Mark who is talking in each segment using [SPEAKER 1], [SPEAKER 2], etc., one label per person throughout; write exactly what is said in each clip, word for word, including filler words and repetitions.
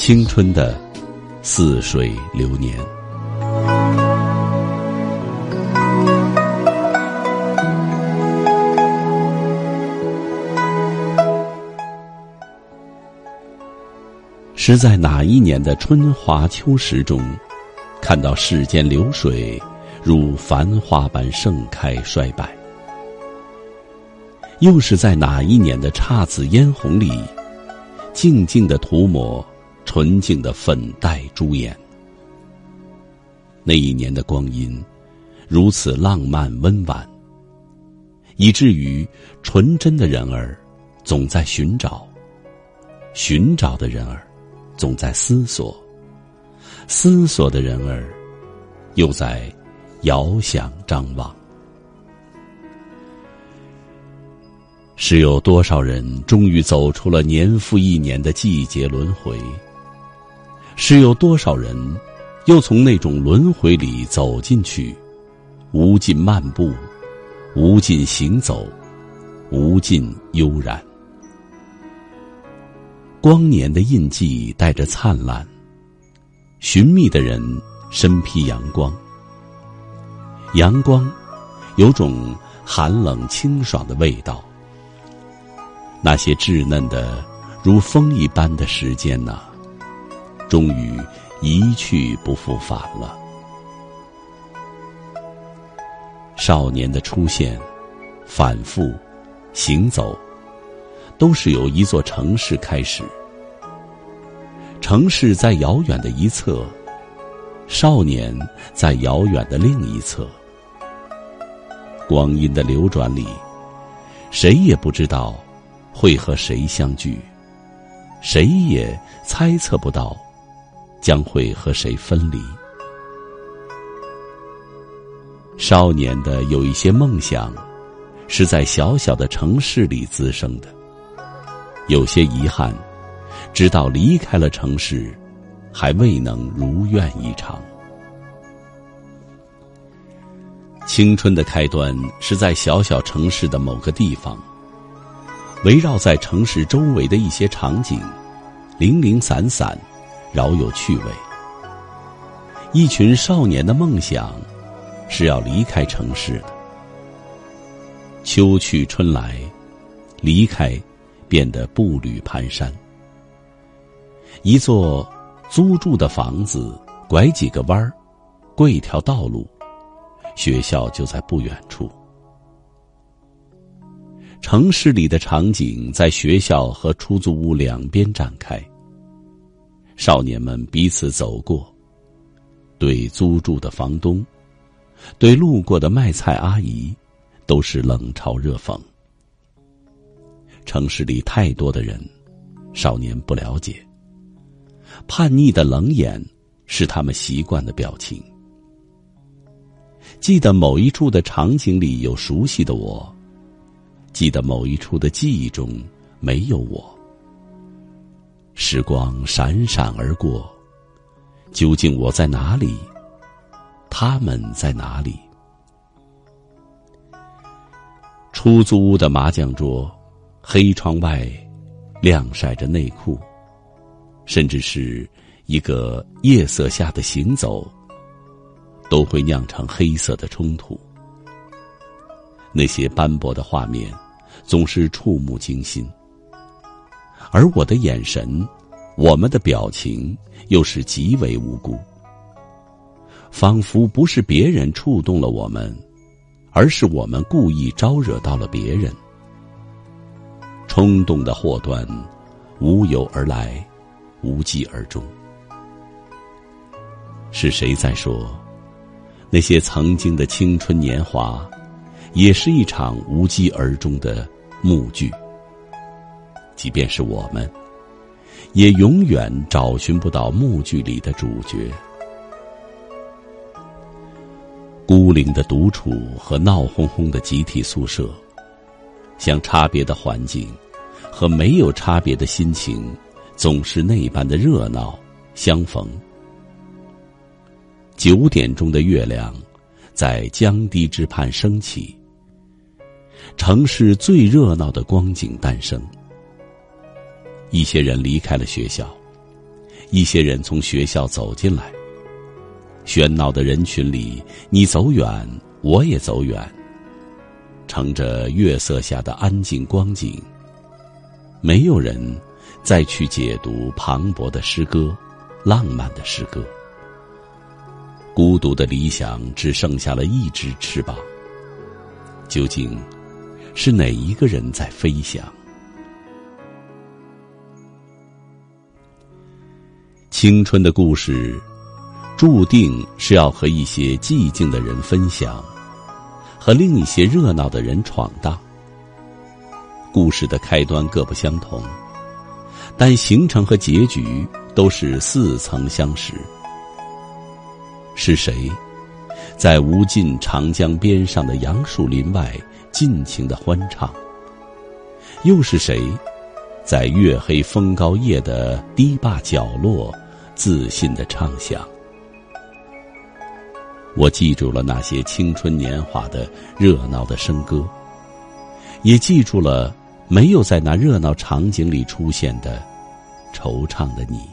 [SPEAKER 1] 青春的似水流年。是在哪一年的春华秋实中，看到世间流水如繁花般盛开衰败？又是在哪一年的姹紫嫣红里，静静地涂抹纯净的粉黛朱颜？那一年的光阴如此浪漫温婉，以至于纯真的人儿总在寻找，寻找的人儿总在思索，思索的人儿又在遥想张望。是有多少人终于走出了年复一年的季节轮回？是有多少人又从那种轮回里走进去，无尽漫步，无尽行走，无尽悠然。光年的印记带着灿烂，寻觅的人身披阳光。阳光有种寒冷清爽的味道。那些稚嫩的如风一般的时间呐、啊，终于一去不复返了。少年的出现、反复、行走，都是由一座城市开始。城市在遥远的一侧，少年在遥远的另一侧。光阴的流转里，谁也不知道会和谁相聚，谁也猜测不到将会和谁分离。少年的有一些梦想是在小小的城市里滋生的，有些遗憾直到离开了城市还未能如愿以偿。青春的开端是在小小城市的某个地方，围绕在城市周围的一些场景，零零散散，饶有趣味。一群少年的梦想是要离开城市的。秋去春来，离开变得步履蹒跚。一座租住的房子，拐几个弯儿，过一条道路，学校就在不远处。城市里的场景在学校和出租屋两边展开。少年们彼此走过，对租住的房东，对路过的卖菜阿姨，都是冷嘲热讽。城市里太多的人，少年不了解。叛逆的冷眼是他们习惯的表情。记得某一处的场景里有熟悉的我，记得某一处的记忆中没有我。时光闪闪而过，究竟我在哪里？他们在哪里？出租屋的麻将桌，黑窗外晾晒着内裤，甚至是一个夜色下的行走，都会酿成黑色的冲突。那些斑驳的画面总是触目惊心，而我的眼神，我们的表情又是极为无辜，仿佛不是别人触动了我们，而是我们故意招惹到了别人。冲动的祸端无由而来，无疾而终。是谁在说，那些曾经的青春年华也是一场无疾而终的幕剧？即便是我们，也永远找寻不到幕剧里的主角。孤零的独处和闹哄哄的集体宿舍，像差别的环境和没有差别的心情，总是那般的热闹相逢。九点钟的月亮在江堤之畔升起，城市最热闹的光景诞生。一些人离开了学校， 一些人从学校走进来，喧闹的人群里，你走远，我也走远，乘着月色下的安静光景，没有人再去解读磅礴的诗歌，浪漫的诗歌。孤独的理想只剩下了一只翅膀，究竟是哪一个人在飞翔？青春的故事注定是要和一些寂静的人分享，和另一些热闹的人闯荡。故事的开端各不相同，但形成和结局都是似曾相识。是谁在无尽长江边上的杨树林外尽情地欢唱？又是谁在月黑风高夜的堤坝角落自信地唱响？我记住了那些青春年华的热闹的笙歌，也记住了没有在那热闹场景里出现的惆怅的你。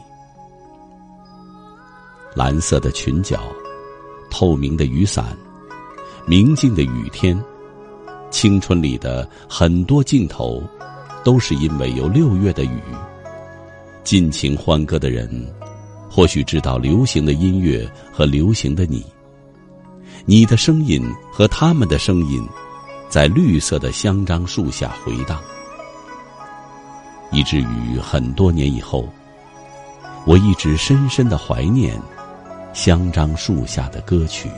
[SPEAKER 1] 蓝色的裙角，透明的雨伞，明净的雨天，青春里的很多镜头都是因为有六月的雨。尽情欢歌的人或许知道流行的音乐和流行的你，你的声音和他们的声音在绿色的香樟树下回荡，以至于很多年以后，我一直深深地怀念香樟树下的歌曲。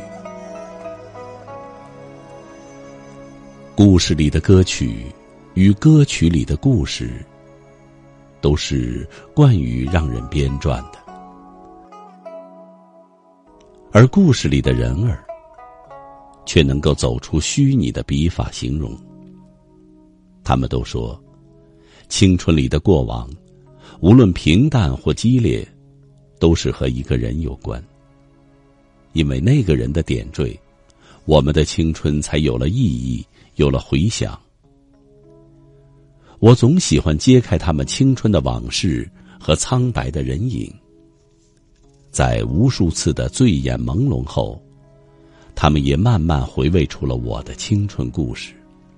[SPEAKER 1] 故事里的歌曲与歌曲里的故事，都是惯于让人编撰的，而故事里的人儿却能够走出虚拟的笔法形容。他们都说，青春里的过往，无论平淡或激烈，都是和一个人有关。因为那个人的点缀，我们的青春才有了意义，有了回响。我总喜欢揭开他们青春的往事和苍白的人影，在无数次的醉眼朦胧后，他们也慢慢回味出了我的青春故事。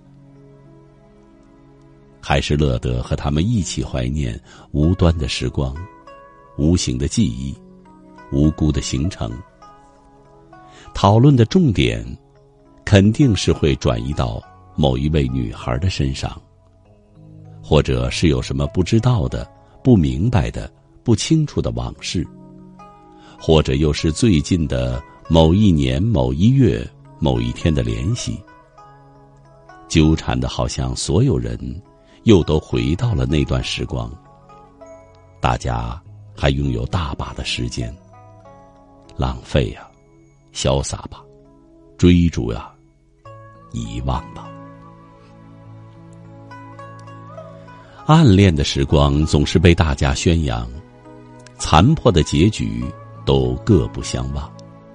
[SPEAKER 1] 还是乐得和他们一起怀念无端的时光，无形的记忆，无辜的行程。讨论的重点肯定是会转移到某一位女孩的身上，或者是有什么不知道的、不明白的、不清楚的往事，或者又是最近的某一年、某一月、某一天的联系，纠缠的好像所有人又都回到了那段时光。大家还拥有大把的时间，浪费呀、啊，潇洒吧，追逐呀、啊，遗忘吧。暗恋的时光总是被大家宣扬，残破的结局都各不相忘。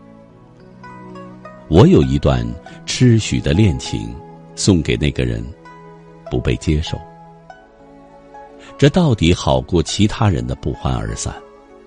[SPEAKER 1] 我有一段痴许的恋情送给那个人，不被接受，这到底好过其他人的不欢而散。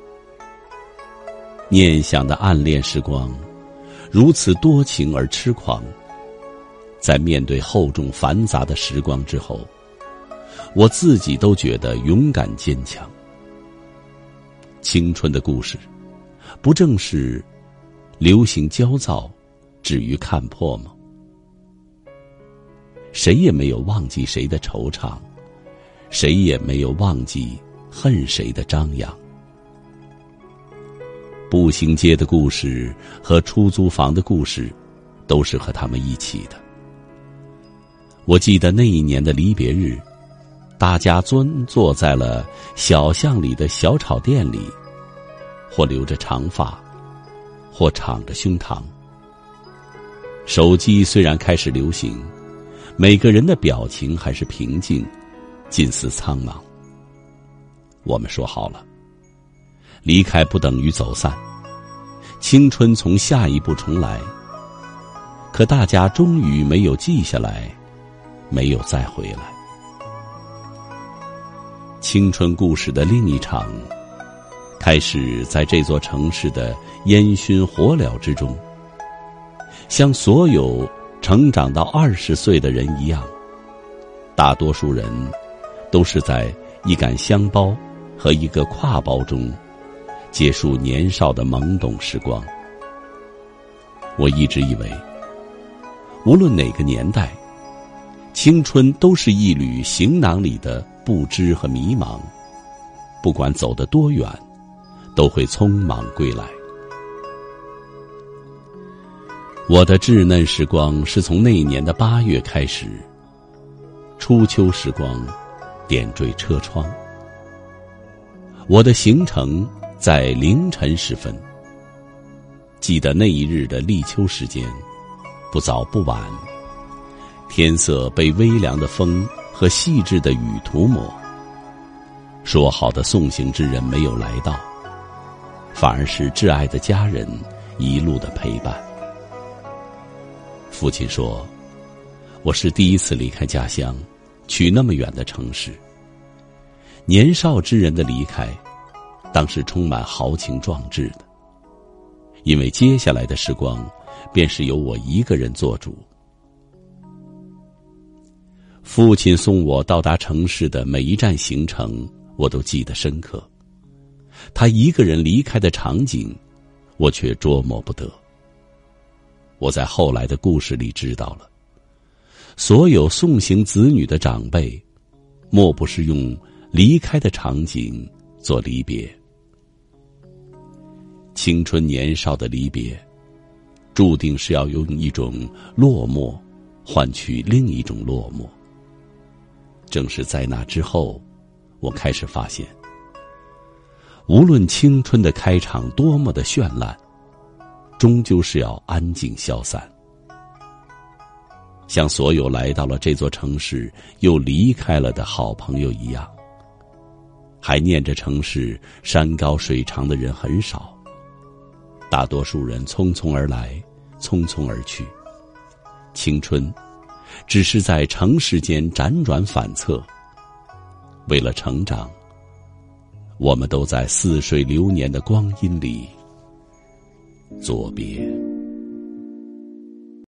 [SPEAKER 1] 念想的暗恋时光如此多情而痴狂，在面对厚重繁杂的时光之后，我自己都觉得勇敢坚强。青春的故事不正是流行焦躁，止于看破吗？谁也没有忘记谁的惆怅，谁也没有忘记恨谁的张扬。步行街的故事和出租房的故事都是和他们一起的。我记得那一年的离别日，大家蹲坐在了小巷里的小炒店里，或留着长发，或敞着胸膛。手机虽然开始流行，每个人的表情还是平静，近似苍茫。我们说好了，离开不等于走散，青春从下一步重来。可大家终于没有记下来，没有再回来。青春故事的另一场开始在这座城市的烟熏火燎之中，像所有成长到二十岁的人一样，大多数人都是在一杆香包和一个挎包中结束年少的懵懂时光。我一直以为，无论哪个年代，青春都是一缕行囊里的不知和迷茫，不管走得多远，都会匆忙归来。我的稚嫩时光是从那一年的八月开始，初秋时光点缀车窗。我的行程在凌晨时分，记得那一日的立秋时间，不早不晚，天色被微凉的风和细致的雨涂抹。说好的送行之人没有来到，反而是挚爱的家人一路的陪伴。父亲说，我是第一次离开家乡，去那么远的城市。年少之人的离开，当是充满豪情壮志的，因为接下来的时光便是由我一个人做主。父亲送我到达城市的每一站行程，我都记得深刻。他一个人离开的场景，我却捉摸不得。我在后来的故事里知道了，所有送行子女的长辈，莫不是用离开的场景做离别。青春年少的离别，注定是要用一种落寞换取另一种落寞。正是在那之后，我开始发现，无论青春的开场多么的绚烂，终究是要安静消散。像所有来到了这座城市又离开了的好朋友一样，还念着城市山高水长的人很少，大多数人匆匆而来，匆匆而去。青春只是在城市间辗转反侧，为了成长，我们都在似水流年的光阴里作别。